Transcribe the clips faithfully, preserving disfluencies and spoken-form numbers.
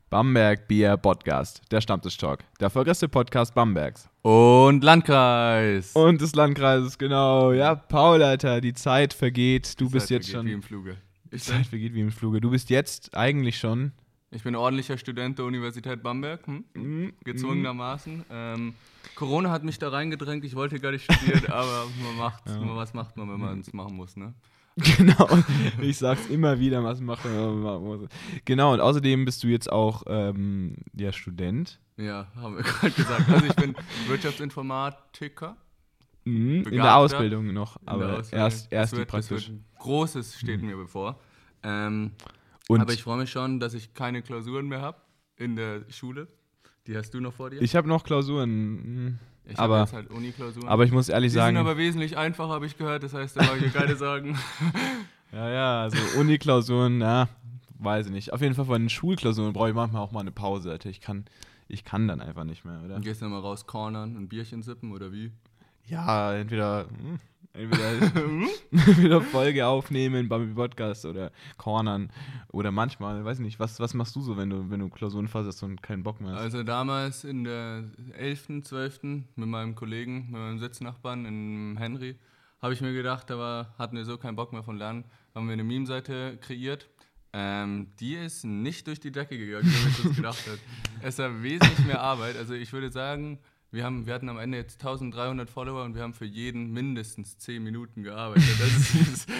Bamberg Bier Podcast, der Stammtisch-Talk, der erfolgreichste Podcast Bambergs. Und Landkreis. Und des Landkreises, genau. Ja, Paul, Alter, die Zeit vergeht. Du Die bist Zeit jetzt vergeht schon... wie im Fluge. Die Ich Zeit bin, vergeht wie im Fluge. Du bist jetzt eigentlich schon... ich bin ordentlicher Student der Universität Bamberg, hm? Mm, gezwungenermaßen. Ähm, Corona hat mich da reingedrängt, ich wollte gar nicht studieren, aber man macht, Ja. man, was macht man, wenn man es machen muss, ne? Genau, ich sag's immer wieder, was macht man. Genau, und außerdem bist du jetzt auch ähm, ja, Student. Ja, haben wir gerade gesagt. Also ich bin Wirtschaftsinformatiker. Mhm, in der Begabter. Ausbildung noch, in aber der Ausbildung. erst, erst Das die wird, das praktisch. wird Großes steht mir bevor. Ähm, Und aber ich freue mich schon, dass ich keine Klausuren mehr habe in der Schule. Die hast du noch vor dir? ich habe noch Klausuren, Ich aber, habe jetzt halt Uni-Klausuren. aber ich muss ehrlich Die sagen... sind aber wesentlich einfacher, habe ich gehört. Das heißt, da mache ich mir keine Sorgen. Ja, ja, also Uni-Klausuren, ja, weiß ich nicht. Auf jeden Fall von den Schulklausuren brauche ich manchmal auch mal eine Pause, Alter. Ich kann, ich kann dann einfach nicht mehr, oder? Dann gehst du mal raus cornern, ein Bierchen sippen oder wie? Ja, entweder, hm, entweder, entweder Folge aufnehmen beim Podcast oder cornern oder manchmal, weiß ich nicht, was, was machst du so, wenn du, wenn du Klausurenphase hast und keinen Bock mehr hast? Also damals in der elften, zwölften mit meinem Kollegen, mit meinem Sitznachbarn, in Henry, habe ich mir gedacht, da war, hatten wir so keinen Bock mehr von Lernen, haben wir eine Meme-Seite kreiert. Ähm, die ist nicht durch die Decke gegangen, wie man sich das gedacht hat. Es war wesentlich mehr Arbeit. Also ich würde sagen, wir, haben, wir hatten am Ende jetzt dreizehnhundert Follower und wir haben für jeden mindestens zehn Minuten gearbeitet. Das ist, das ist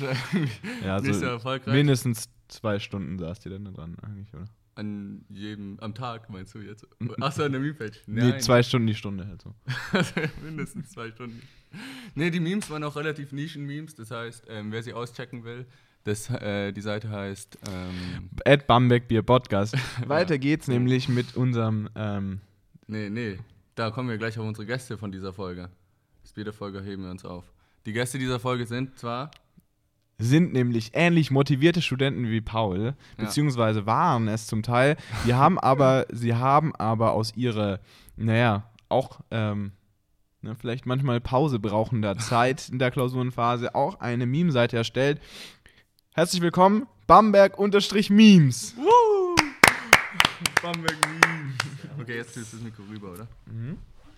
Ja, nicht so also erfolgreich. mindestens zwei Stunden saß ihr dann da dran eigentlich, oder? An jedem, am Tag meinst du jetzt? Achso, an der Meme-Page. Nee, zwei Stunden die Stunde halt so. Also mindestens zwei Stunden. Nee, die Memes waren auch relativ Nischen-Memes. Das heißt, ähm, wer sie auschecken will, das, äh, die Seite heißt ähm, At Bamberg Bier Podcast. Weiter geht's nämlich mit unserem ähm, Nee, nee, da kommen wir gleich auf unsere Gäste von dieser Folge. Das Bier der Folge heben wir uns auf. Die Gäste dieser Folge sind zwar... sind nämlich ähnlich motivierte Studenten wie Paul, Ja. beziehungsweise waren es zum Teil. Die haben aber, sie haben aber aus ihrer, naja, auch ähm, ne, vielleicht manchmal Pause brauchender Zeit in der Klausurenphase auch eine Meme-Seite erstellt. Herzlich willkommen, Bamberg-Memes. Woo! Bamberg Memes. Okay, jetzt ist das Mikro rüber, oder? Mhm.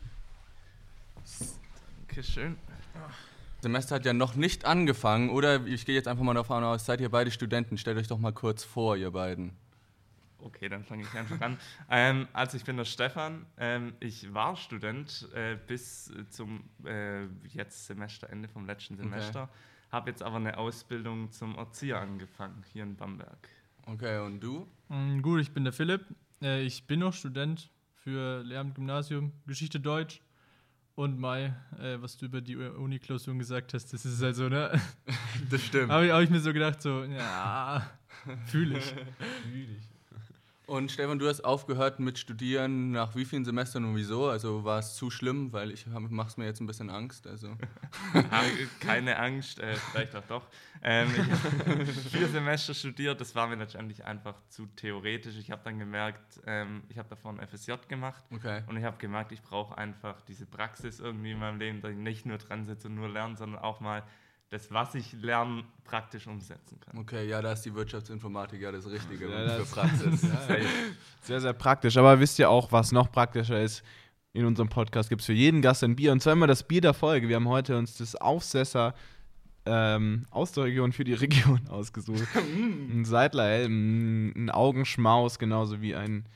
Dankeschön. Das Semester hat ja noch nicht angefangen, oder? Ich gehe jetzt einfach mal davon aus, seid ihr beide Studenten? Stellt euch doch mal kurz vor, ihr beiden. Okay, dann fange ich einfach an. Ähm, also ich bin der Stefan. Ähm, ich war Student äh, bis zum äh, jetzt Semesterende vom letzten Semester. Habe jetzt aber eine Ausbildung zum Erzieher angefangen hier in Bamberg. Okay, und du? Mm, Gut, ich bin der Philipp. Äh, ich bin noch Student für Lehramt Gymnasium, Geschichte Deutsch. Und Mai, äh, was du über die Uni-Klausuren gesagt hast, das ist halt so, ne? Das stimmt. Habe ich, hab ich mir so gedacht, so, ja, fühle ich. Fühl ich. Und Stefan, du hast aufgehört mit Studieren nach wie vielen Semestern und wieso? Also war es zu schlimm, weil ich mach's mir jetzt ein bisschen Angst. Also. Keine Angst, äh, vielleicht auch doch. Ähm, ich habe vier Semester studiert, das war mir letztendlich einfach zu theoretisch. Ich habe dann gemerkt, ähm, ich habe davor ein F S J gemacht Okay. und ich habe gemerkt, ich brauche einfach diese Praxis irgendwie in meinem Leben, dass ich nicht nur dran sitze und nur lerne, sondern auch mal das, was ich lerne, praktisch umsetzen kann. Okay, ja, da ist die Wirtschaftsinformatik ja das Richtige Ja, für das- Praxis. Ja, ja. Sehr, sehr praktisch. Aber wisst ihr auch, was noch praktischer ist? In unserem Podcast gibt es für jeden Gast ein Bier. Und zwar immer das Bier der Folge. Wir haben heute uns das Aufsesser ähm, aus der Region für die Region ausgesucht. Ein Seidler, ein, ein Augenschmaus, genauso wie ein...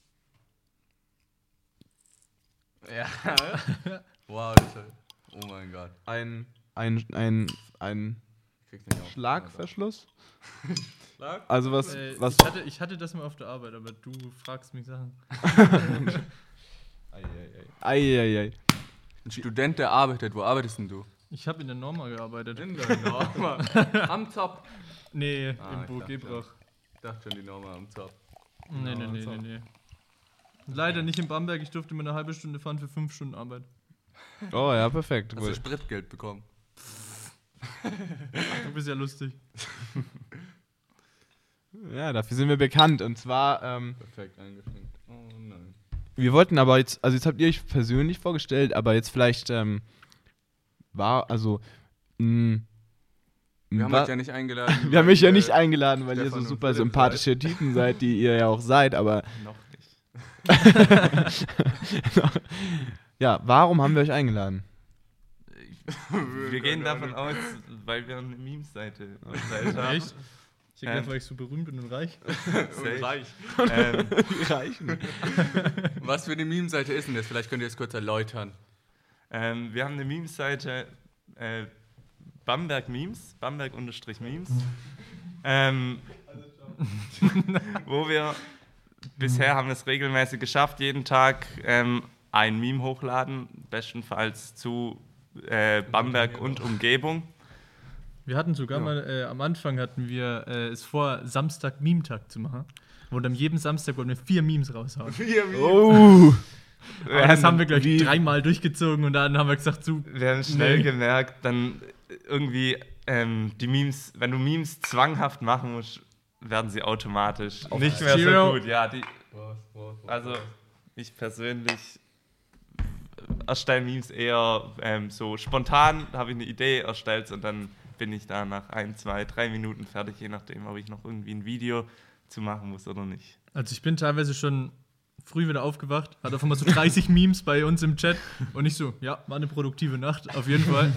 Ja. Wow, das ist, oh mein Gott. Ein, ein, ein, ein Ich krieg den ja auch. Schlagverschluss. Schlag? Also was... Äh, was ich, hatte, ich hatte das mal auf der Arbeit, aber du fragst mich Sachen. Eieiei. Ein Student, der arbeitet. Wo arbeitest denn du? Ich habe in der Norma gearbeitet. In der Norma. Am Top. Nee, Ah, im ich Burg dachte Gebrach. Ich dachte schon, die Norma am Top. Nee, nee, nee, nee, nee. Leider nicht in Bamberg, ich durfte immer eine halbe Stunde fahren für fünf Stunden Arbeit. Oh ja, perfekt. Hast du Gut. Spritgeld bekommen? Du bist ja lustig. Ja, dafür sind wir bekannt. Und zwar... Ähm, Perfekt eingeschränkt. Oh nein. Wir wollten aber jetzt, also jetzt habt ihr euch persönlich vorgestellt, aber jetzt vielleicht ähm, war, also mh, Wir haben wa- euch ja nicht eingeladen. Wir haben mich ja nicht eingeladen, weil Stefan ihr so und super Philipp sympathische Typen seid, die ihr ja auch seid, aber Noch nicht. ja, warum haben wir euch eingeladen? Wir gehen davon aus, weil wir eine Meme-Seite erstellt haben. Echt? Ich Ähm. denke, weil ich so berühmt bin und reich. Safe. reich. Ähm, Die Reichen. Was für eine Meme-Seite ist denn das? Vielleicht könnt ihr es kurz erläutern. ähm, wir haben eine Meme-Seite, äh, Bamberg Memes, Bamberg-Memes, ähm, wo wir bisher haben wir es regelmäßig geschafft, jeden Tag ähm, ein Meme hochladen, bestenfalls zu äh, Bamberg und Umgebung. Wir hatten sogar Ja. mal, äh, am Anfang hatten wir äh, es vor, Samstag Meme-Tag zu machen. Und am jeden Samstag wollten wir vier Memes raushauen. Oh. Aber das haben wir, glaube ich, wie- dreimal durchgezogen und dann haben wir gesagt, so, Wir haben schnell Nee. gemerkt, dann irgendwie ähm, die Memes, wenn du Memes zwanghaft machen musst, werden sie automatisch nicht mehr Zero. so gut. Ja, die, also ich persönlich erstelle Memes eher ähm, so spontan, habe ich eine Idee, erstelle es und dann bin ich da nach ein, zwei, drei Minuten fertig, je nachdem, ob ich noch irgendwie ein Video zu machen muss oder nicht. also ich bin teilweise schon früh wieder aufgewacht, hatte auf einmal so dreißig Memes bei uns im Chat und ich so, ja, war eine produktive Nacht, auf jeden Fall.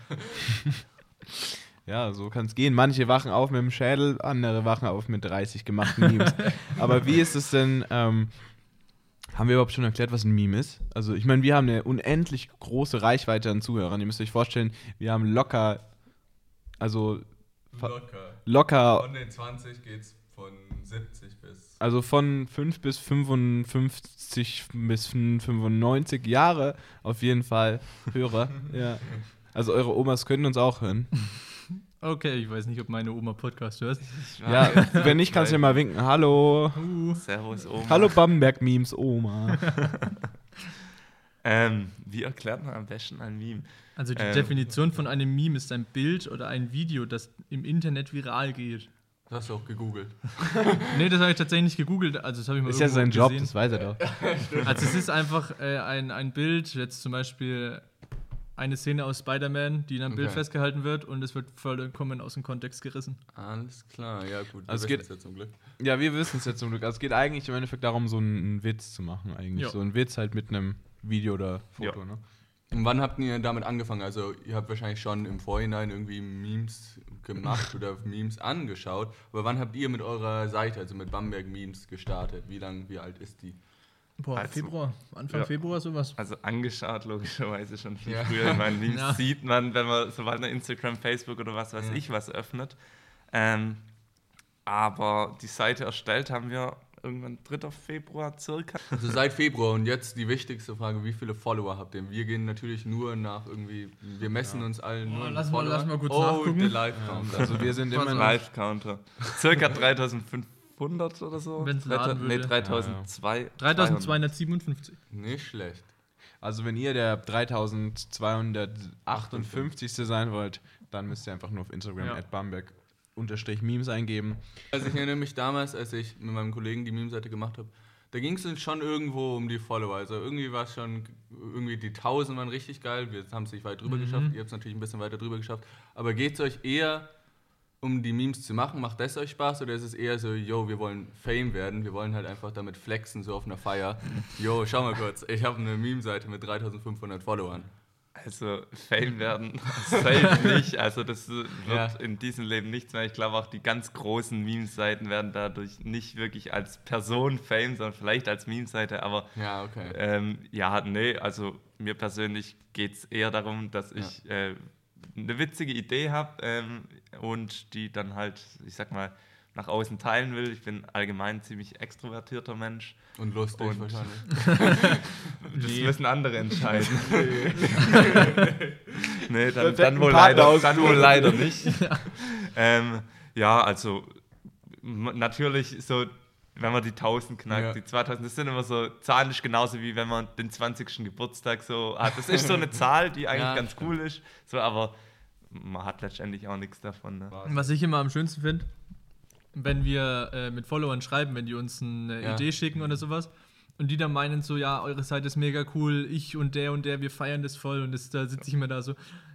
Ja, so kann es gehen. Manche wachen auf mit dem Schädel, andere wachen auf mit dreißig gemachten Memes. Aber wie ist es denn, ähm, haben wir überhaupt schon erklärt, was ein Meme ist? Also ich meine, wir haben eine unendlich große Reichweite an Zuhörern. Ihr müsst euch vorstellen, wir haben locker, also Locker. locker, Von den zwanzig geht's von siebzig bis. also von fünf bis fünfundfünfzig bis fünfundneunzig Jahre auf jeden Fall Hörer. Ja. Also eure Omas können uns auch hören. Okay, ich weiß nicht, ob meine Oma Podcast hört. Ja, wenn nicht, kannst du ja mal winken. Hallo. Uh. Servus Oma. Hallo Bamberg-Memes, Oma. Ähm, wie erklärt man am besten ein Meme? Also die Ähm. Definition von einem Meme ist ein Bild oder ein Video, das im Internet viral geht. Das hast du auch gegoogelt. Nee, das habe ich tatsächlich nicht gegoogelt. Also das habe ich mal Ist ja irgendwo sein Job, gesehen. das weiß er doch. Also es ist einfach äh, ein, ein Bild, jetzt zum Beispiel eine Szene aus Spider-Man, die in einem Bild Okay. festgehalten wird und es wird vollkommen aus dem Kontext gerissen. Alles klar, ja gut. Also es wir geht- wissen's ja zum Glück. Ja, wir wissen es jetzt zum Glück. Also es geht eigentlich im Endeffekt darum, so einen, einen Witz zu machen. Eigentlich Ja. so ein Witz halt mit einem Video oder Foto. Ja. Ne? Und wann habt ihr damit angefangen? Also ihr habt wahrscheinlich schon im Vorhinein irgendwie Memes gemacht oder Memes angeschaut. Aber wann habt ihr mit eurer Seite, also mit Bamberg Memes gestartet? Wie lang, wie alt ist die? Boah, Also, Februar, Anfang ja. Februar sowas. Also angeschaut, logischerweise schon viel Ja. früher. Ich meine, Memes Ja. sieht man, wenn man, sobald man Instagram, Facebook oder was weiß Ja. ich was öffnet. Ähm, aber die Seite erstellt haben wir irgendwann dritter Februar circa. Also seit Februar und jetzt die wichtigste Frage, wie viele Follower habt ihr? Wir gehen natürlich nur nach irgendwie, wir messen uns allen nur Oh, in lass mal- Follower. lass mal kurz oh, nachgucken. der Live-Count. Also wir sind immer noch. Live-Counter. Circa dreitausendfünfhundert oder so. Wenn's laden Nee, würde. dreitausendzweihundert. dreitausendzweihundertsiebenundfünfzig. Nicht schlecht. Also wenn ihr der dreitausendzweihundertachtundfünfzig. sein wollt, dann müsst ihr einfach nur auf Instagram Ja. at Bamberg unterstrich Memes eingeben. Also ich erinnere mich damals, als ich mit meinem Kollegen die Meme-Seite gemacht habe, da ging es schon irgendwo um die Follower. Also irgendwie war es schon, irgendwie die tausend waren richtig geil. Wir haben es nicht weit drüber Mhm. geschafft. Ihr habt es natürlich ein bisschen weiter drüber geschafft. Aber geht es euch eher um die Memes zu machen? Macht das euch Spaß? Oder ist es eher so, yo, wir wollen Fame werden. Wir wollen halt einfach damit flexen, so auf einer Feier. Yo, schau mal kurz. Ich habe eine Meme-Seite mit dreitausendfünfhundert Followern. Also Fame werden safe nicht. Also das wird Ja. in diesem Leben nichts mehr. Ich glaube auch die ganz großen Meme-Seiten werden dadurch nicht wirklich als Person Fame, sondern vielleicht als Meme-Seite. Aber Ja, okay. ähm, ja, nee, also mir persönlich geht es eher darum, dass ich äh, eine witzige Idee habe ähm, und die dann halt, ich sag mal, nach außen teilen will. Ich bin allgemein ein ziemlich extrovertierter Mensch. Und lustig Und- wahrscheinlich. Das Nee. müssen andere entscheiden. nee, dann, Perfekten dann, wohl Partner leider, dann wohl ausgesucht. leider nicht. ähm, ja, also m- natürlich so, wenn man die tausend knackt, Ja. die zweitausend, das sind immer so zahlig genauso wie wenn man den zwanzigsten Geburtstag so hat. Das ist so eine Zahl, die eigentlich Ja, ganz stimmt. cool ist, so, aber man hat letztendlich auch nichts davon. Ne? Was ich immer am schönsten finde, wenn wir äh, mit Followern schreiben, wenn die uns eine Ja. Idee schicken oder sowas und die dann meinen so, ja, eure Seite ist mega cool, ich und der und der, wir feiern das voll und das, da sitze ich immer da so,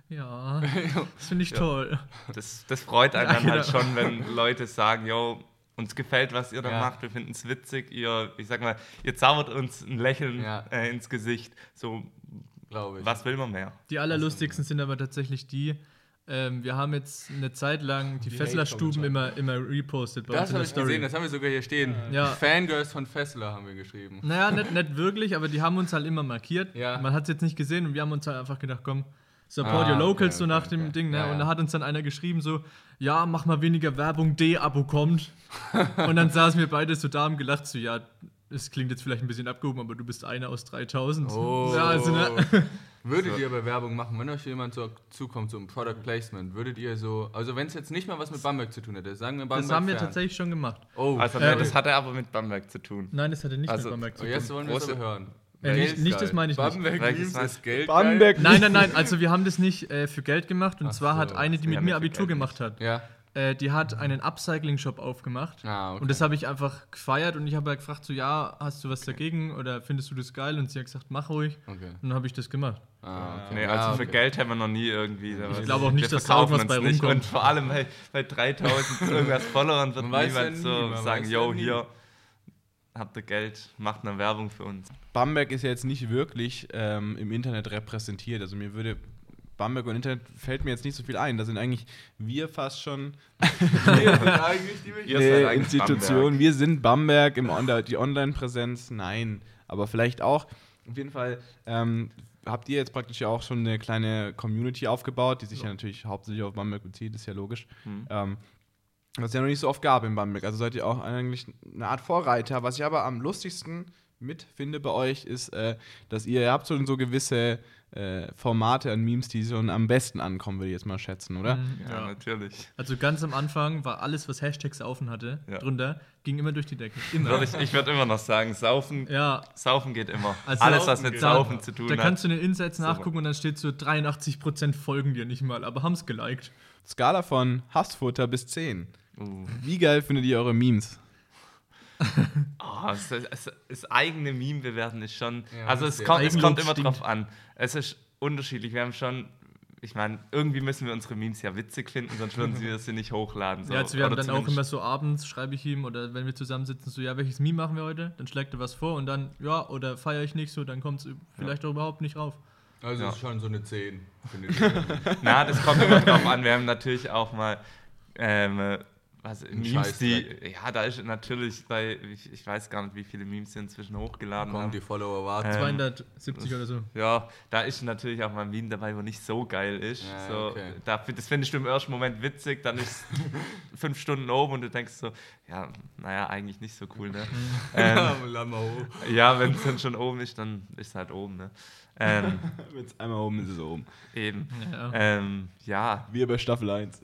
Ja, das finde ich toll. Das, das freut einen Ja, dann halt genau. schon, wenn Leute sagen, yo, uns gefällt, was ihr da Ja. macht, wir finden es witzig, ihr, ich sag mal, ihr zaubert uns ein Lächeln Ja. äh, ins Gesicht. So, Glaube ich. was will man mehr? Die allerlustigsten sind aber tatsächlich die, ähm, wir haben jetzt eine Zeit lang die, Die Fessler-Stuben immer, immer repostet bei uns Das in habe der ich Story. gesehen, das haben wir sogar hier stehen. Ja. Fangirls von Fessler haben wir geschrieben. Naja, nicht, nicht wirklich, aber die haben uns halt immer markiert. Ja. Man hat es jetzt nicht gesehen und wir haben uns halt einfach gedacht, komm, support Ah, your locals, okay, so nach okay, dem okay. Ding. Ne? Ja, und ja. da hat uns dann einer geschrieben so, ja, mach mal weniger Werbung, D-Abo kommt. Und dann saßen wir beide so da und gelacht, so, ja, es klingt jetzt vielleicht ein bisschen abgehoben, aber du bist einer aus dreitausend. Oh. Ja, also, ne? Würdet ihr aber Werbung machen, wenn euch jemand so zukommt, so ein Product Placement, würdet ihr so, also wenn es jetzt nicht mal was mit Bamberg zu tun hätte, sagen wir Bamberg Das haben wir fern. tatsächlich schon gemacht. Oh, Also, Äh, ne, das hatte aber mit Bamberg zu tun. Nein, das hatte nicht Also, mit Bamberg zu oh, tun. jetzt wollen wir es große- aber hören. Äh, Geld nicht- ist nicht geil. das meine ich nicht. Bamberg Welches Memes war- ist Geld Bamberg. Nein, nein, nein, also wir haben das nicht äh, für Geld gemacht und Ach zwar so, hat eine, die ja, mit nicht mir für Abitur Geld gemacht hat, geil. Ja. äh, die hat einen Upcycling-Shop aufgemacht. Ah, okay. Und das habe ich einfach gefeiert und ich habe halt gefragt, so, ja, hast du was dagegen oder findest du das geil? Und sie hat gesagt, mach ruhig. Okay. Und dann habe ich das gemacht. Ah, okay. Nee, Ja, also für okay. Geld haben wir noch nie irgendwie. Ich glaube auch nicht, wir dass da verkaufen irgendwas uns bei nicht. rumkommt. Und vor allem bei, bei dreitausend irgendwas Followern wird Man weiß ja niemand nie, so man sagen, weiß yo, ja nie. hier, habt ihr Geld, macht eine Werbung für uns. Bamberg ist ja jetzt nicht wirklich ähm, im Internet repräsentiert. Also mir würde Bamberg und Internet fällt mir jetzt nicht so viel ein. Da sind eigentlich wir fast schon eigentlich die Ihr seid eine eigentlich Institution. Bamberg. Wir sind Bamberg, im On die Online-Präsenz, nein. Aber vielleicht auch. Auf jeden Fall ähm, habt ihr jetzt praktisch ja auch schon eine kleine Community aufgebaut, die sich ja, natürlich hauptsächlich auf Bamberg bezieht, ist ja logisch. Hm. Ähm, was es ja noch nicht so oft gab in Bamberg. Also seid ihr auch eigentlich eine Art Vorreiter. Was ich aber am lustigsten mitfinde bei euch, ist, äh, dass ihr, ihr habt schon so gewisse äh, Formate an Memes, die schon am besten ankommen, würde ich jetzt mal schätzen, oder? Mhm, Ja, ja. natürlich. Also ganz am Anfang war alles, was Hashtags offen hatte, Ja. drunter, ging immer durch die Decke. Immer. Würde ich ich würde immer noch sagen, saufen, Ja, Saufen geht immer. Also Alles, was Saufen mit geht Saufen immer. zu tun da hat. kannst du in den Insights Super. nachgucken und dann steht so, dreiundachtzig Prozent folgen dir nicht mal, aber haben es geliked. Skala von Hassfutter bis zehn. Uh. Wie geil findet ihr eure Memes? Oh, das, das, das eigene Meme bewerten ist schon. Ja, also das es ist kommt, es kommt Eigenlob immer stinkt. drauf an. Es ist unterschiedlich. Wir haben schon, ich meine, irgendwie müssen wir unsere Memes ja witzig finden, sonst würden wir sie nicht hochladen. So. Ja, also wir haben Oder dann auch zumindest- immer so abends, schreibe ich ihm, oder wenn wir zusammensitzen, so, ja, welches Meme machen wir heute? Dann schlägt er was vor und dann, ja, oder feiere ich nicht so, dann kommt es vielleicht auch überhaupt nicht rauf. Also Ja. ist schon so eine zehn. Finde ich. Na, das kommt immer drauf an. Wir haben natürlich auch mal ähm, was, Memes, die. Scheißdreck. Ja, da ist natürlich bei. Ich, ich weiß gar nicht, wie viele Memes sie inzwischen hochgeladen Kommen haben. die Follower warten. Ähm, zweihundertsiebzig oder so. Ja, da ist natürlich auch mal ein Meme dabei, wo nicht so geil ist. Ja, so, okay. da, das findest du im ersten Moment witzig, dann ist fünf Stunden oben und du denkst so, ja, naja, eigentlich nicht so cool, ne? ähm, Lass mal hoch. ja, wenn es dann schon oben ist, dann ist es halt oben, ne? Ähm, Wenn es einmal oben ist, ist es oben. eben. Ja. Ähm, ja, Wir bei Staffel eins.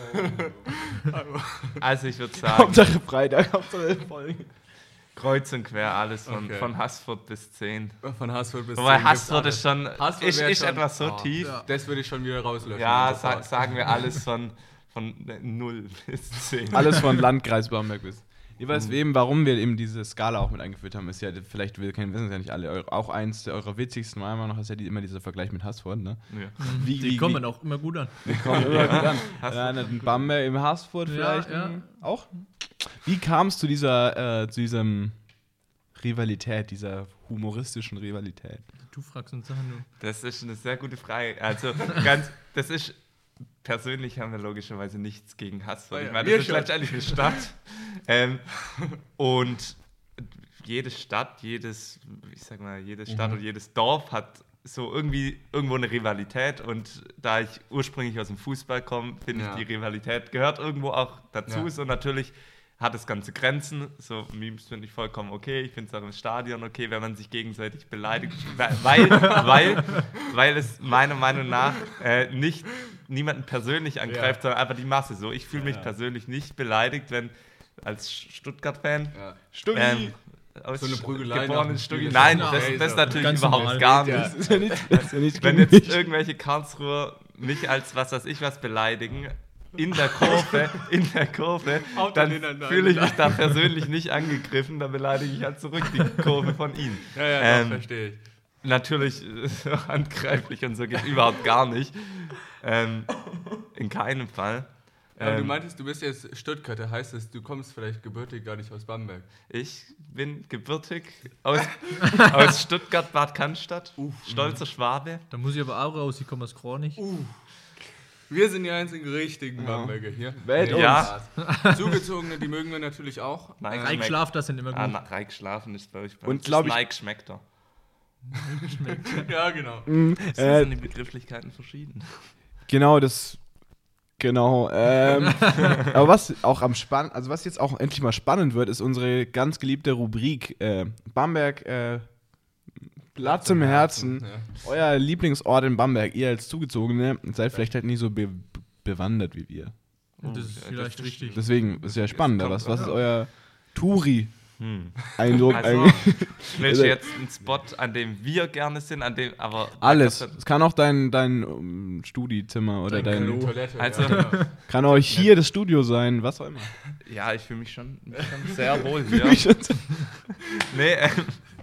also ich würde sagen, Hauptsache Freitag, Hauptsache Folge. kreuz und quer alles von, Okay. von Haßfurt bis zehn. Von Hassfurt bis Wobei zehn gibt's Haßfurt alles. ist schon, Haßfurt ist, wär ist schon- etwas so oh, tief. ja. Das würde ich schon wieder rauslöschen. Ja, sofort. sa sagen wir alles von, von null bis zehn. Alles von Landkreis Bamberg bis. Jeweils eben, warum wir eben diese Skala auch mit eingeführt haben, ist ja, vielleicht will, kennen, wissen es ja nicht alle, eure- auch eins der eurer witzigsten meiner Meinung nach ist ja die, immer dieser Vergleich mit Haßfurt, ne? Ja. Wie, Die kommen auch immer gut an. kommen immer gut an. Haßfurt Ja, ein Bamberg im Haßfurt Ja, vielleicht ja. ähm, auch. Wie kam es zu dieser, äh, zu diesem Rivalität, dieser humoristischen Rivalität? Du fragst uns Sachen, du. Das ist eine sehr gute Frage. Also, ganz, das ist, persönlich haben wir logischerweise nichts gegen Haßfurt. Ja, Ich meine, wir das ist schon. letztendlich eine Stadt. ähm, und jede Stadt, jedes, ich sag mal, jede Stadt Mhm. und jedes Dorf hat so irgendwie irgendwo eine Rivalität. Und da ich ursprünglich aus dem Fußball komme, finde Ja. ich, die Rivalität gehört irgendwo auch dazu. Ja. So natürlich hat das Ganze Grenzen. So Memes finde ich vollkommen okay. Ich finde es auch im Stadion okay, wenn man sich gegenseitig beleidigt. Weil, weil, weil es meiner Meinung nach äh, nicht niemanden persönlich angreift, Ja. sondern einfach die Masse. So, ich fühle mich Ja. persönlich nicht beleidigt, wenn als Stuttgart-Fan Ja. Stuggi! ähm, aus So eine Prügelei nach geboren dem in Spiel Stuttgart. ist Nein, auch das, okay, das so. natürlich Ganz überhaupt normal. gar Ja, nicht. das ist ja nicht, das ist ja nicht Wenn gegen jetzt mich. irgendwelche Karlsruher mich als was weiß ich was beleidigen, in der Kurve, in der Kurve, Haut dann dann ineinander. fühle ich mich da persönlich nicht angegriffen, dann beleidige ich halt zurück die Kurve von ihnen. Ja, ja, Ähm, doch, verstehe ich. Natürlich äh, handgreiflich und so geht überhaupt gar nicht. ähm, in keinem Fall. Aber du Ähm, meintest, du bist jetzt Stuttgarter, heißt das, du kommst vielleicht gebürtig gar nicht aus Bamberg. Ich bin gebürtig aus, aus Stuttgart-Bad Cannstatt, stolzer Schwabe. Da muss ich aber auch raus, ich komme aus Kronich. Wir sind die einzigen richtigen Bamberger hier. Wählt Nee, Ja. Spaß. Zugezogene, die mögen wir natürlich auch. Nein, Ähm, Reik- Reich Schlaf, das sind immer Ah, gut. na, Reik schlafen ist bei euch. Bei Und uns glaub ist ich- Nike schmeckt er. ja, genau. So Äh, sind die Begrifflichkeiten verschieden. Genau, das. Genau. Ähm, aber was auch am spannend, also was jetzt auch endlich mal spannend wird, ist unsere ganz geliebte Rubrik äh, Bamberg. Äh, Platz im Herzen. Ja. Euer Lieblingsort in Bamberg. Ihr als Zugezogene seid vielleicht halt nicht so be bewandert wie wir. Und das ist Oh, vielleicht das richtig. Deswegen ist ja spannender. kommt Was, was ist drauf. euer Touri-Eindruck Hm. Also, eigentlich? willst du jetzt einen Spot, an dem wir gerne sind, an dem, aber... Alles. Es kann auch dein, dein um, Studizimmer oder Dein dein. Klo. Toilette. Also- ja, genau. Kann auch hier das Studio sein, was auch immer. Ja, ich fühle mich schon, schon sehr wohl hier. Nee, ähm,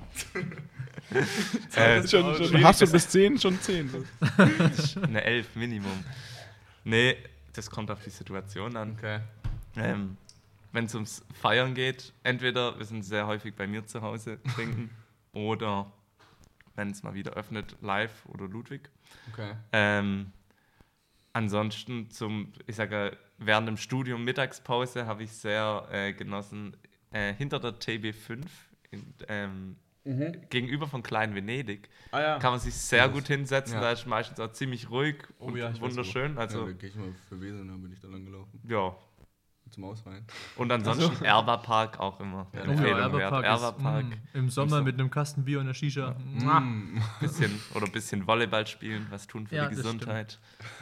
äh, schon, schon, hast du bis zehn? Schon zehn. eine elf Minimum. Nee, das kommt auf die Situation an. Okay. Ähm, Wenn es ums Feiern geht, entweder wir sind sehr häufig bei mir zu Hause trinken oder wenn es mal wieder öffnet, live oder Ludwig. Okay. Ähm, ansonsten zum, ich sage, während dem Studium Mittagspause habe ich sehr äh, genossen, äh, hinter der T B fünf in, ähm, gegenüber von Klein Venedig Ah ja. kann man sich sehr gut hinsetzen, Ja. da ist meistens auch ziemlich ruhig Oh und ja, ich weiß wunderschön. Also, Also ja, da gehe ich mal für Wesen, dann bin ich da lang gelaufen. ja. Zum Ausfallen. Und ansonsten Erba Park auch immer. Ja, eine der Empfehlung Erba wert. Park Erba ist, Park. mm, im Sommer Sommer. mit einem Kasten Bier und einer Shisha. Mua. Mm. Bisschen, oder ein bisschen Volleyball spielen, was tun für Ja, die das Gesundheit.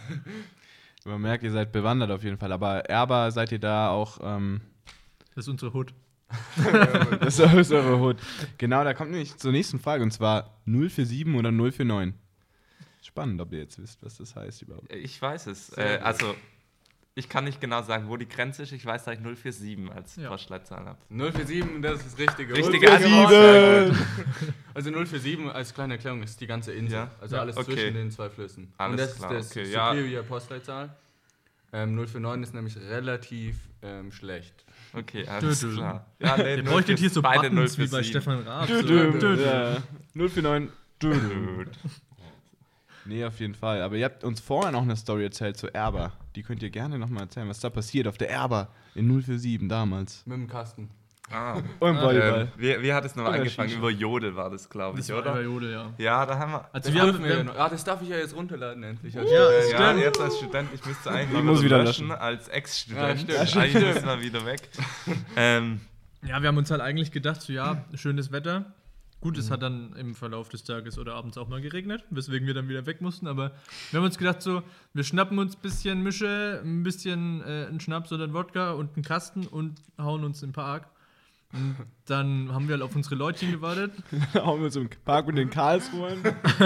Man merkt, ihr seid bewandert auf jeden Fall. Aber Erba, seid ihr da auch. Ähm, Das ist unsere Hood. das ist eure Hut. Genau, da kommt nämlich zur nächsten Frage und zwar null vier sieben oder null vier neun. Spannend, ob ihr jetzt wisst, was das heißt überhaupt. Ich weiß es. Sehr Äh, gut. also, ich kann nicht genau sagen, wo die Grenze ist. Ich weiß, dass ich null vier sieben als Ja. Postleitzahl habe. null vier sieben, das ist das Richtige. Richtige null vier Antwort. sieben. Also null vier sieben als kleine Erklärung ist die ganze Insel. Ja. Also Ja, alles okay. zwischen den zwei Flüssen. Alles Und das klar, ist das okay, ja. Superior Postleitzahl. Ähm, null vier neun ist nämlich relativ ähm, schlecht. Okay, alles Dö, dö. klar. Ja, nee, Ihr bräuchtet hier so beide Buttons wie bei null vier sieben. Stefan Raab. Dö, So. dö, Dö, dö. ja. null vier neun. Dö, dö. Dö. Nee, auf jeden Fall. Aber ihr habt uns vorher noch eine Story erzählt zu Erba. Die könnt ihr gerne nochmal erzählen, was da passiert auf der Erba in null vier sieben damals. Mit dem Kasten. Ah. Und im Volleyball. Ähm, wie, wie hat es nochmal Oder angefangen? Shisha. Über Jodel war das, glaube ich, Das war oder? bei Jodel, ja. Ja, da haben wir. Also Das wir haben, dürfen wir wir ja haben noch. Ah, das darf ich ja jetzt runterladen endlich. als Ja, Student. Ja, stimmt. jetzt als Student, ich müsste eigentlich Ich mal muss wieder löschen, löschen. als Ex-Student. Ja, stimmt. eigentlich Ja, stimmt. müssen wir wieder weg. ähm, Ja, wir haben uns halt eigentlich gedacht, so ja, schönes Wetter. Gut, es hat dann im Verlauf des Tages oder abends auch mal geregnet, weswegen wir dann wieder weg mussten. Aber wir haben uns gedacht, so, wir schnappen uns ein bisschen Mische, ein bisschen äh, einen Schnaps oder einen Wodka und einen Kasten und hauen uns im Park. Und dann haben wir halt auf unsere Leutchen gewartet. Hauen wir uns im Park mit den Karlsruhen.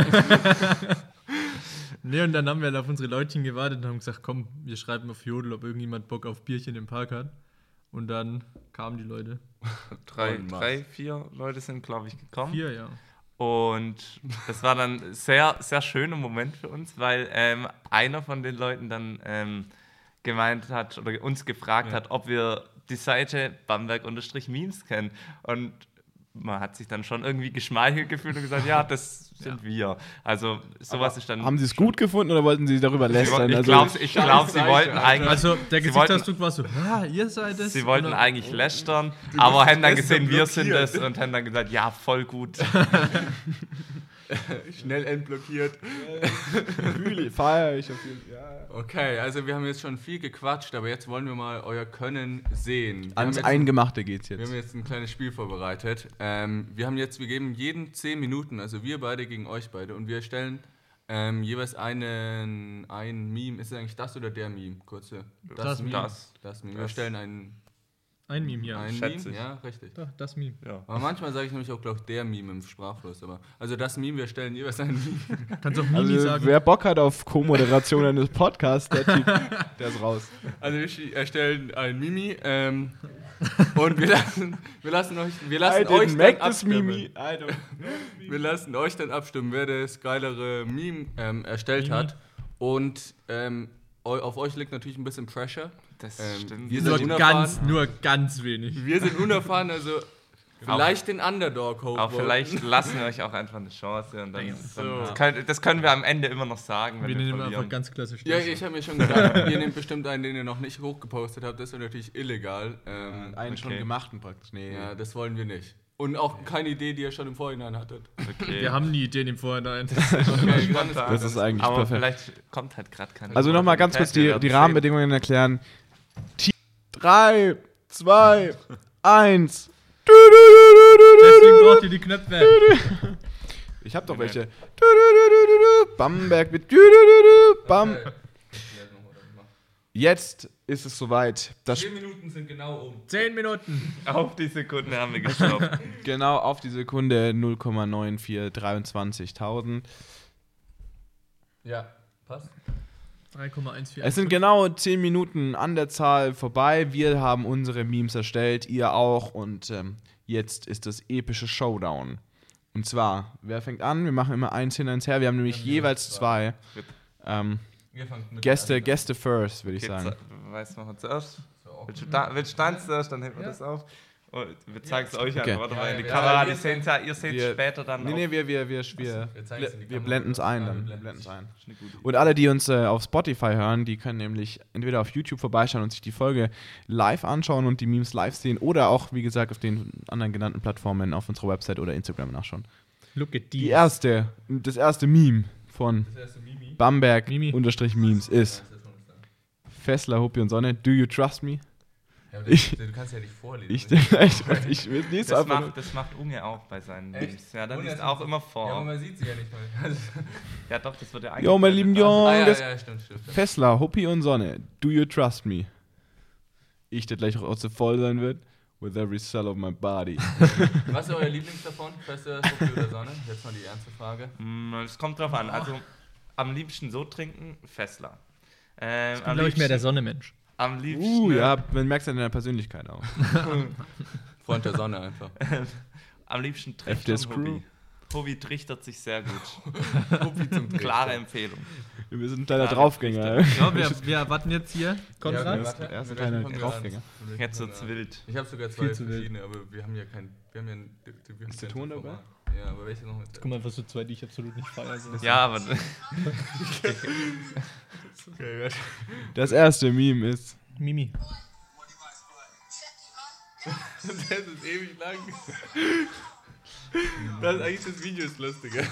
Ne, und dann haben wir halt auf unsere Leutchen gewartet und haben gesagt, komm, wir schreiben auf Jodel, ob irgendjemand Bock auf Bierchen im Park hat. Und dann kamen die Leute. drei, Und was? drei, vier Leute sind, glaube ich, gekommen. Vier, ja. Und das war dann ein sehr, sehr schöner Moment für uns, weil ähm, einer von den Leuten dann ähm, gemeint hat oder uns gefragt Ja. hat, ob wir die Seite Bamberg-Memes kennen. Und man hat sich dann schon irgendwie geschmeichelt gefühlt und gesagt, ja, das sind wir. Also sowas ist dann... Haben sie es gut gefunden oder wollten sie darüber lästern? Ich Also, glaube, ich glaub, sie Seite, wollten Alter. eigentlich... Also der Sie wollten- Gesichtsausdruck war so, ah, ihr seid es. Sie wollten Oder- eigentlich lästern, aber haben dann bist gesehen, so wir sind blockiert. es und haben dann gesagt, ja, voll gut. Schnell entblockiert. feier ich auf jeden Fall. Ja. Okay, also wir haben jetzt schon viel gequatscht, aber jetzt wollen wir mal euer Können sehen. Wir haben Ans jetzt- Eingemachte geht's Wir haben jetzt. jetzt ein kleines Spiel vorbereitet. Ähm, wir haben jetzt, wir geben jeden zehn Minuten, also wir beide gegen euch beide, und wir stellen ähm, jeweils einen, ein Meme. Ist es eigentlich das oder der Meme? Kurze. Das Meme. Das. Das Meme. Wir Das. stellen ein, Ein Meme, ja. ein schätze Meme. ich. Ja, richtig. Doch, das Meme. Ja. Aber manchmal sage ich nämlich auch, glaube ich, der Meme im Sprachfluss. Aber, also das Meme, wir stellen jeweils ein Meme. Kannst auch Mimi Also, sagen. wer Bock hat auf Co-Moderation eines Podcasts, der Typ, der ist raus. Also wir sch- erstellen ein Mimi ähm, und wir lassen, wir lassen euch, wir lassen I euch didn't dann make this abstimmen. Mimi. I don't. Wir lassen euch dann abstimmen, wer das geilere Meme ähm, erstellt Mimi. hat. Und ähm, eu- auf euch liegt natürlich ein bisschen Pressure. Das Ähm, stimmt. wir Nur sind unerfahren. ganz, nur ganz wenig. Wir sind unerfahren, also vielleicht den Underdog hoch. Aber vielleicht lassen wir euch auch einfach eine Chance. Und dann, dann So. das, können, das können wir am Ende immer noch sagen, wenn Wir wir, nehmen verlieren. einfach ganz klassisch. Ja, ich habe mir schon gedacht, ihr nehmt bestimmt einen, den ihr noch nicht hochgepostet habt. Das wäre natürlich illegal. Ähm, Einen schon Okay. gemachten praktisch. Nee. ja, das wollen wir nicht. Und auch keine Idee, die ihr schon im Vorhinein hattet. Okay. Wir haben die Ideen im Vorhinein. Okay, dann ist Das ist eigentlich Aber perfekt. vielleicht kommt halt gerade keine. Also nochmal ganz kurz die, Wir werden die sehen. Rahmenbedingungen erklären. drei, zwei, eins. Deswegen braucht ihr die Knöpfe. Ich hab doch welche. Bamberg mit. Bam. Jetzt ist es soweit. Das Vier Minuten sind genau um. Zehn Minuten. Auf die Sekunde haben wir gestoppt. genau auf die Sekunde null Komma neun vier dreiundzwanzigtausend. Ja, passt. drei Komma eins vier. Es sind genau zehn Minuten an der Zahl vorbei. Wir haben unsere Memes erstellt, ihr auch. Und ähm, jetzt ist das epische Showdown. Und zwar, wer fängt an? Wir machen immer eins hin, eins her. Wir haben nämlich jeweils zwei. Ähm, Ihr fangt mit Gäste, an. Gäste first, würde ich Okay, sagen. z- Weißt du noch zuerst? So, Willst du, da, willst du deins zuerst, dann heben wir Ja. das auf. Und wir zeigen es euch Okay. an, oder? Ja, Weil in die ja, Kamera, ja, die wir- sehen's ja, ihr seht es wir- später dann Nee, auf. nee, wir, wir, wir, wir, wir zeigen's in die wir Kamera. blenden es ein Ja, dann. wir Wir blenden blenden es ein. Das ist eine gute Idee. Und alle, die uns äh, auf Spotify hören, die können nämlich entweder auf YouTube vorbeischauen und sich die Folge live anschauen und die Memes live sehen oder auch, wie gesagt, auf den anderen genannten Plattformen auf unserer Website oder Instagram nachschauen. Look at Die die. erste, das erste Meme von Das erste Mimi. Bamberg Mimi. unterstrich Memes ist Fessler, Huppi und Sonne. Do you trust me? Ja, aber Ich- das, du kannst ja nicht vorlesen. Ich, ich, ich will nicht so Das einfach nur. macht, das macht Unge auch bei seinen Echt? Memes. Ja, dann Unge liest ist auch ein- immer Ja, aber vor. man sieht sie ja nicht mal. Ja, doch, das wird ja Jo, meine lieben eingeblendet. Ah, ja, Jungs. ja, stimmt, stimmt. stimmt. Fessler, Huppi und Sonne. Do you trust me? Ich, der gleich auch so voll sein wird. With every cell of my body. Was ist euer Lieblings davon? Feste, Huppi oder Sonne? Jetzt mal die ernste Frage. Mm, Es kommt drauf an. Also, am liebsten so trinken, Fessler. Ähm, Ich am bin, glaube ich, mehr der liebsten- Sonnemensch. Am liebsten. Uh, ja, man merkt es an deiner Persönlichkeit auch. Freund der Sonne einfach. Am liebsten F D S trichtern Crew. Hobby. Hobby trichtert sich sehr gut. Huppi zum Klare Empfehlung. Wir sind ein kleiner Ja, Draufgänger. Ja, wir, wir erwarten jetzt hier. Konrad. Ja, der warte, erste- erste mit kleine welchem fangen wir an? Draufgänger. Mit welchem Jetzt fangen wird's wir an? wild. Ich habe sogar zwei Viel zu wild. verschiedene, aber wir haben ja kein. Wir haben ja ein. Wir haben Ist der kein Ton dabei? Format. Ja, aber welche noch mit? Guck mal, einfach so zwei, die ich absolut nicht feiere. So. Ja, aber Das erste Meme ist. Mimi. Das ist ewig lang. Das ist eigentlich das Video ist lustiger.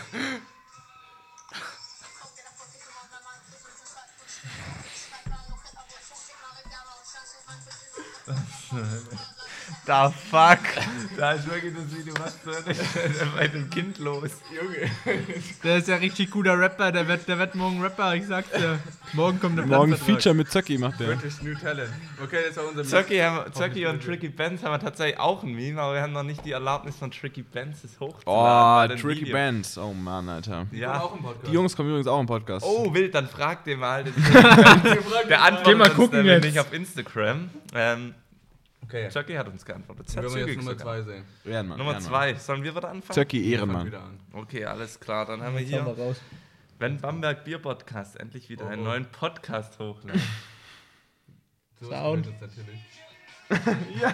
da fuck. Da ist wirklich das Video, was bei dem Kind los. Junge. Der ist ja richtig guter Rapper. Der wird, der wird morgen Rapper. Ich sag's dir. Morgen kommt der Morgen Plattenvertrag. Feature mit Zöcki macht der. British New Talent. Okay, das war unser Zöcki, haben, Zöcki und Tricky Benz haben wir tatsächlich auch ein Meme, aber wir haben noch nicht die Erlaubnis von Tricky Benz, es hochzuladen. Oh, weil ein Tricky Video- Bands. Oh Mann, Alter. Ja. auch im Podcast. Die Jungs kommen übrigens auch im Podcast. Oh, wild, dann frag den mal. Der Wir antwortet Geh mal uns gucken nämlich jetzt. nicht auf Instagram. Ähm, Okay. Zöcki hat uns geantwortet. Sehr Wenn wir jetzt zügig Nummer sogar. zwei sehen. Ehrenmann, Nummer Ehrenmann. zwei. Sollen wir wieder anfangen? Zöcki Fang Ehrenmann. wieder an. Okay, alles klar. Dann haben wir Jetzt hauen hier, wir raus. wenn Bamberg Bier Podcast endlich wieder Oh, einen oh. neuen Podcast hochladen. So Sound. ist es natürlich.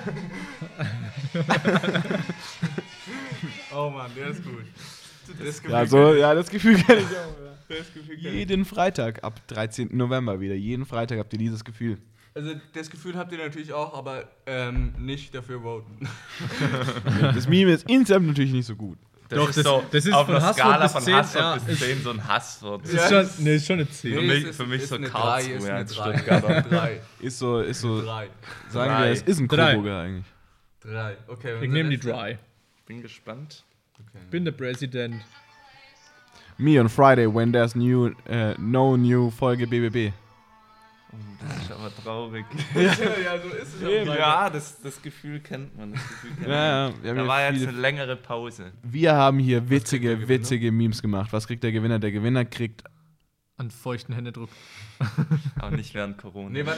Oh Mann, der ist gut. Das Gefühl Ja, so, ja, das Gefühl kenne ich auch. Ja. Das Gefühl kenn ich. Jeden Freitag ab dreizehnten November wieder. Jeden Freitag habt ihr dieses Gefühl. Also das Gefühl habt ihr natürlich auch, aber ähm, nicht dafür voten. Das Meme ist insgesamt natürlich nicht so gut. Das Doch, ist das- so das ist auf von einer Hasswort Skala bis von zehn, Hasswort ja, bis ist- zehn so ein Hasswort. Das Ja, ist es schon, nee, ist schon eine zehn. Für Nee, mich- es ist- für mich ist so eine Karlsruhe drei, ist eine als drei. Stuttgarter. Drei. Ist so, ist so, Drei. sagen Drei. wir, es ist ein Drei. Coburger eigentlich. Drei. Okay, Ich unser nehme die letzter. Dry. Bin gespannt. Okay. Bin der Präsident. Me on Friday when there's new, äh, no new Folge B B B. Oh, das ist aber traurig. ja, so ist es Eben. auch. Ja, das, das Gefühl kennt man. Das Gefühl kennt Ja, ja, man. wir haben Da hier war jetzt viele- eine längere Pause. Wir haben hier kriegt der witzige, Gewinner? witzige Memes gemacht. Was kriegt der Gewinner? Der Gewinner kriegt. An feuchten Händedruck. Aber nicht während Corona. Nee, warte mal.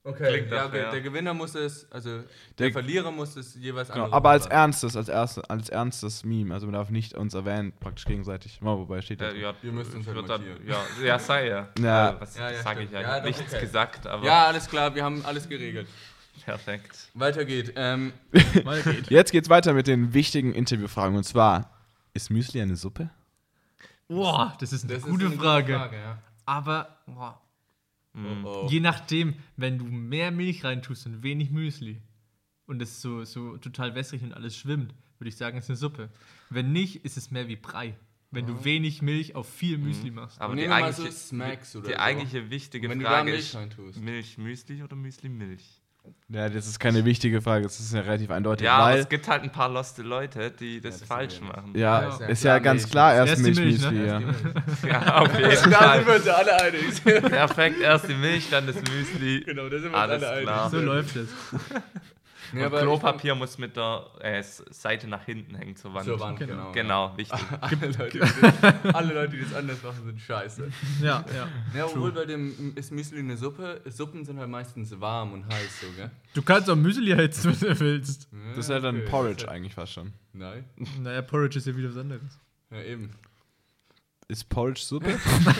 Okay, Klingt ja, doch okay. fair. Der Gewinner muss es, also der, Der- Verlierer muss es jeweils Genau, andere aber als sagen. ernstes, als erstes, als ernstes Meme. Also man darf nicht uns erwähnen, praktisch gegenseitig. Mal, wobei steht das. Äh, ja, Ihr müsst uns ich halt würd dann, markieren. ja, ja, sei ja. Ja. Äh, was Ja, ja, sage ich stimmt. ja? Ich Ja, habe doch, nichts okay. gesagt, aber Ja, alles klar, wir haben alles geregelt. perfekt. Weiter geht. Ähm, Weiter geht. Jetzt geht's weiter mit den wichtigen Interviewfragen. Und zwar, ist Müsli eine Suppe? Boah, das ist eine das ist gute eine Frage. Frage ja. Aber boah, Mhm. Oh, oh. je nachdem, wenn du mehr Milch reintust und wenig Müsli und es so, so total wässrig und alles schwimmt, würde ich sagen, es ist eine Suppe. Wenn nicht, ist es mehr wie Brei. Wenn du wenig Milch auf viel Müsli machst. Aber Nehmen die wir mal so eigentliche, Smacks oder die so. eigentliche wichtige Wenn du da Frage Milch ist, reintust. Milch Müsli oder Müsli Milch? Ja, das ist keine wichtige Frage. Das ist ja relativ eindeutig. Ja, aber weil, es gibt halt ein paar loste Leute, die das das ist falsch ja- machen. ja, Ja, ist ja ja, klar, ganz Milch. klar, erst Erst die Milch, Milch, ne? Müsli, ja. Ja, auf jeden Da sind Fall. wir uns ja alle einig. Perfekt, erst die Milch, dann das Müsli. Genau, da sind wir Alles uns alle klar. einig. So läuft es. Und Ja, aber Klopapier muss mit der äh, S- Seite nach hinten hängen zur ich- Wand. Zur Wand, Genau. genau. Genau, wichtig. Alle Leute, die das, alle Leute, die das anders machen, sind scheiße. Ja, ja. Ja, obwohl bei dem ist Müsli eine Suppe. Suppen sind halt meistens warm und heiß, so, gell? Du kannst auch Müsli heizen, wenn du willst. Das ist ja dann Okay, Porridge das ist eigentlich fast schon. halt- Nein. Naja, Porridge ist ja wieder was anderes. Ja, eben. Ist Porridge Suppe?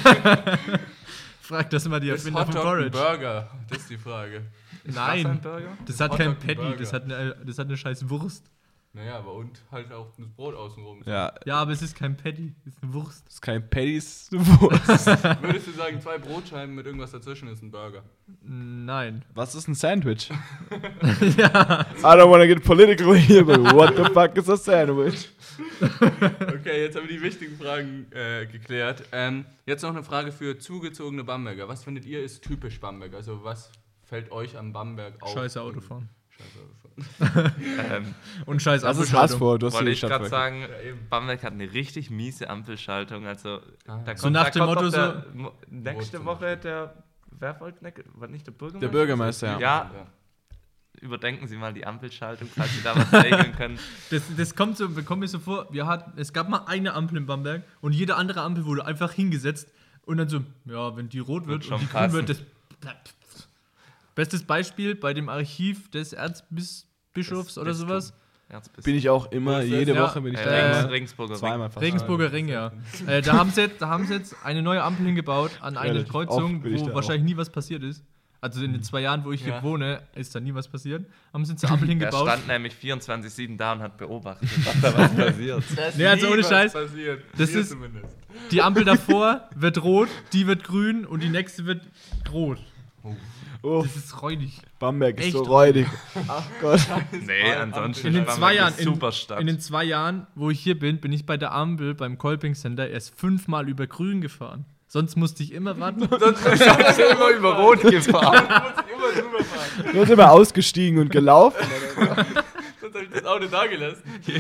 Frag das mal die Ist Erfinder von Hotdog ein Porridge. Burger? Das ist die Frage. Was ein Nein, Burger? das hat Hotdog kein ein Patty, Burger. das hat, eine, das hat eine scheiß Wurst. Naja, aber und halt auch das Brot außenrum. Ja, Ja, aber es ist kein Patty, es ist eine Wurst. das ist kein Patties. Wurst. Würdest du sagen, zwei Brotscheiben mit irgendwas dazwischen ist ein Burger? Nein. Was ist ein Sandwich? Ja. I don't wanna get political here, but what the fuck is a sandwich? Okay, jetzt haben wir die wichtigen Fragen äh, geklärt. Ähm, jetzt noch eine Frage für zugezogene Bamberger. Was findet ihr ist typisch Bamberg? Also was fällt euch am Bamberg auf? Scheiße Autofahren. Scheiße Autofahren. Ähm, Und scheiß Das ist Ampelschaltung. Hasswort, du hast wollte die ich Stadt gerade weg. sagen, Ja, eben. Bamberg hat eine richtig miese Ampelschaltung. Also, Ah. da So kommt, nach da dem kommt Motto doch der, Mo- nächste zum Woche der, wer wollte, ne, war nicht der Bürgermeister? Der Bürgermeister, ja. Ja, überdenken Sie mal die Ampelschaltung, falls Sie da was regeln können. Das, das kommt so, kommt mir so vor, wir hatten, es gab mal eine Ampel in Bamberg und jede andere Ampel wurde einfach hingesetzt und dann so, ja, wenn die rot wird, Wird schon und die grün passen. wird, das bleibt. Bestes Beispiel bei dem Archiv des Erzbischofs Das oder Bistum. sowas. Erzbistum. Bin ich auch immer, Wo ist jede das? Woche bin ich äh, da. Äh, Regens, Regensburger Ring. Zweimal fast. Regensburger Ring, ja. Äh, da haben sie jetzt, da haben sie jetzt eine neue Ampel hingebaut an eine Relativ Kreuzung, oft bin ich wo da wahrscheinlich nie was passiert ist. Also in den zwei Jahren, wo ich Ja. hier wohne, ist da nie was passiert. Haben sie jetzt eine Ampel Der hingebaut. stand nämlich vierundzwanzig sieben da und hat beobachtet, was da was passiert. Nee, also ohne Nie was Scheiß. Passiert. Das Mir ist- zumindest. Die Ampel davor wird rot, die wird grün und die nächste wird rot. Oh, Das ist räudig. Bamberg ist Echt so räudig. Ach Gott. Nee, ansonsten In den ist zwei Bamberg Jahren, eine in, super Stadt. in den zwei Jahren, wo ich hier bin, bin ich bei der Ampel beim Kolping Center erst fünfmal über grün gefahren. Sonst musste ich immer warten. Sonst ist das ja immer über Rot gefahren. Muss ich immer drüber fahren. Du bist immer ausgestiegen und gelaufen. Sonst habe ich das Auto da gelassen.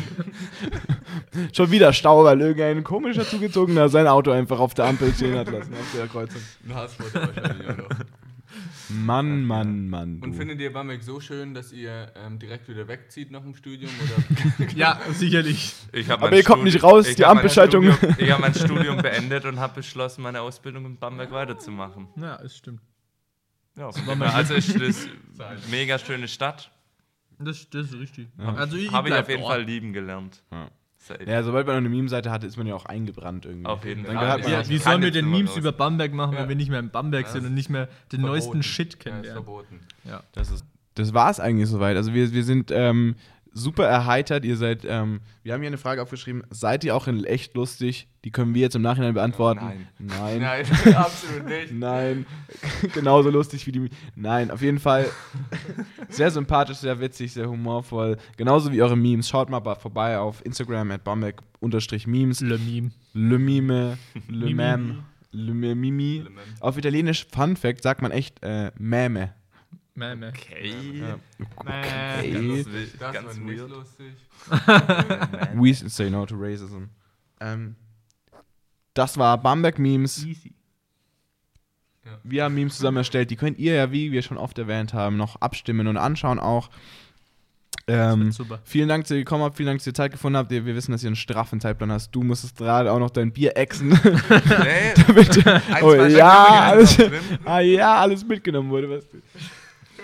Schon wieder Stau, weil irgendein komischer Zugezogener sein Auto einfach auf der Ampel stehen hat lassen. Auf der Kreuzung. Ein Hasswort wahrscheinlich auch noch. Mann, Mann, Mann. Und Du. findet ihr Bamberg so schön, dass ihr ähm, direkt wieder wegzieht nach dem Studium? Oder? Ja, sicherlich. Ich hab Aber mein ihr kommt nicht Studi- raus, ich die hab mein Ampelschaltung- Studium- Ich habe mein Studium beendet und habe beschlossen, meine Ausbildung in Bamberg weiterzumachen. Ja, das stimmt. Ja, war mein also ist das eine mega schöne Stadt. Das, das ist richtig. Ja. Also ich, Habe ich bleib auf jeden dort. Fall lieben gelernt. Ja. Safe. Ja, sobald man eine Meme-Seite hatte, ist man ja auch eingebrannt irgendwie. Auf jeden Dann Fall. gehört man Ja, auch- Wie Kann sollen wir jetzt denn nur Memes raus. über Bamberg machen, Ja. wenn wir nicht mehr in Bamberg Ja, sind das und nicht mehr den Verboten. neuesten Shit Ja, ist kennenlernen? verboten. Ja. Das, ist, das war es eigentlich soweit. Also wir, wir sind ähm, super erheitert. Ihr seid, ähm, wir haben hier eine Frage aufgeschrieben. Seid ihr auch in echt lustig? Die können wir jetzt im Nachhinein beantworten. Nein. Nein. Nein, absolut nicht. Nein. Genauso lustig wie die. Nein, auf jeden Fall sehr sympathisch, sehr witzig, sehr humorvoll. Genauso wie eure Memes. Schaut mal ba- vorbei auf Instagram at bamberg-memes. Le Meme. Le Mime, Le Mimi. Mem, Le Mimi. Auf Italienisch, Fun Fact, sagt man echt äh, Meme. Meme. Okay. Ja. Meme. Ganz, wild, Das ganz war nicht weird. lustig. We say no to racism. Ähm, das war Bamberg Memes. Easy. Wir haben Memes zusammen erstellt. Die könnt ihr ja, wie wir schon oft erwähnt haben, noch abstimmen und anschauen auch. Ähm, Super. vielen Dank, dass ihr gekommen habt. Vielen Dank, dass ihr Zeit gefunden habt. Wir wissen, dass ihr einen straffen Zeitplan hast. Du musstest gerade auch noch dein Bier exen. Nee, Damit, ein, oh zwei ja, Stück alles, sind noch drin. ah ja, alles mitgenommen wurde. Was du.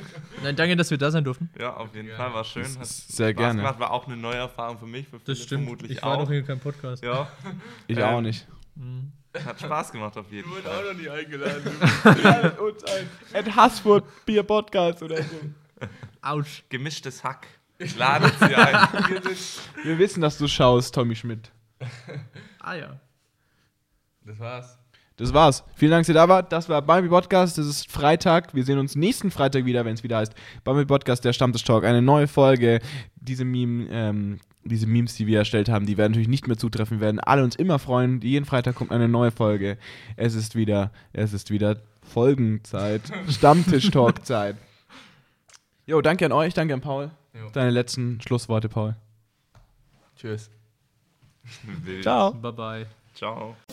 Nein, danke, dass wir da sein durften. Ja, auf jeden Ja. Fall, war schön. Das Hat ist sehr Spaß gerne. gemacht, war auch eine neue Erfahrung für mich, für Das viele stimmt. vermutlich Ich war auch. doch hier kein Podcast. Ja, Ich Ähm, auch nicht. Mhm. hat Spaß gemacht auf jeden Wurde Fall. auch noch nie eingeladen. Ladet uns ein. At Hassfurt Bier Podcast oder so. Autsch. Gemischtes Hack. Ladet sie ein. Wir wissen, dass du schaust, Tommy Schmidt. Ah ja. Das war's. Das war's. Vielen Dank, dass ihr da wart. Das war Bambi Podcast. Das ist Freitag. Wir sehen uns nächsten Freitag wieder, wenn es wieder heißt Bambi Podcast, der Stammtisch-Talk. Eine neue Folge. Diese Meme, ähm, diese Memes, die wir erstellt haben, die werden natürlich nicht mehr zutreffen. Wir werden alle uns immer freuen. Jeden Freitag kommt eine neue Folge. Es ist wieder, es ist wieder Folgenzeit. Stammtisch-Talk-Zeit. Jo, danke an euch, danke an Paul. Jo. Deine letzten Schlussworte, Paul. Tschüss. Wild. Ciao. Bye bye. Ciao.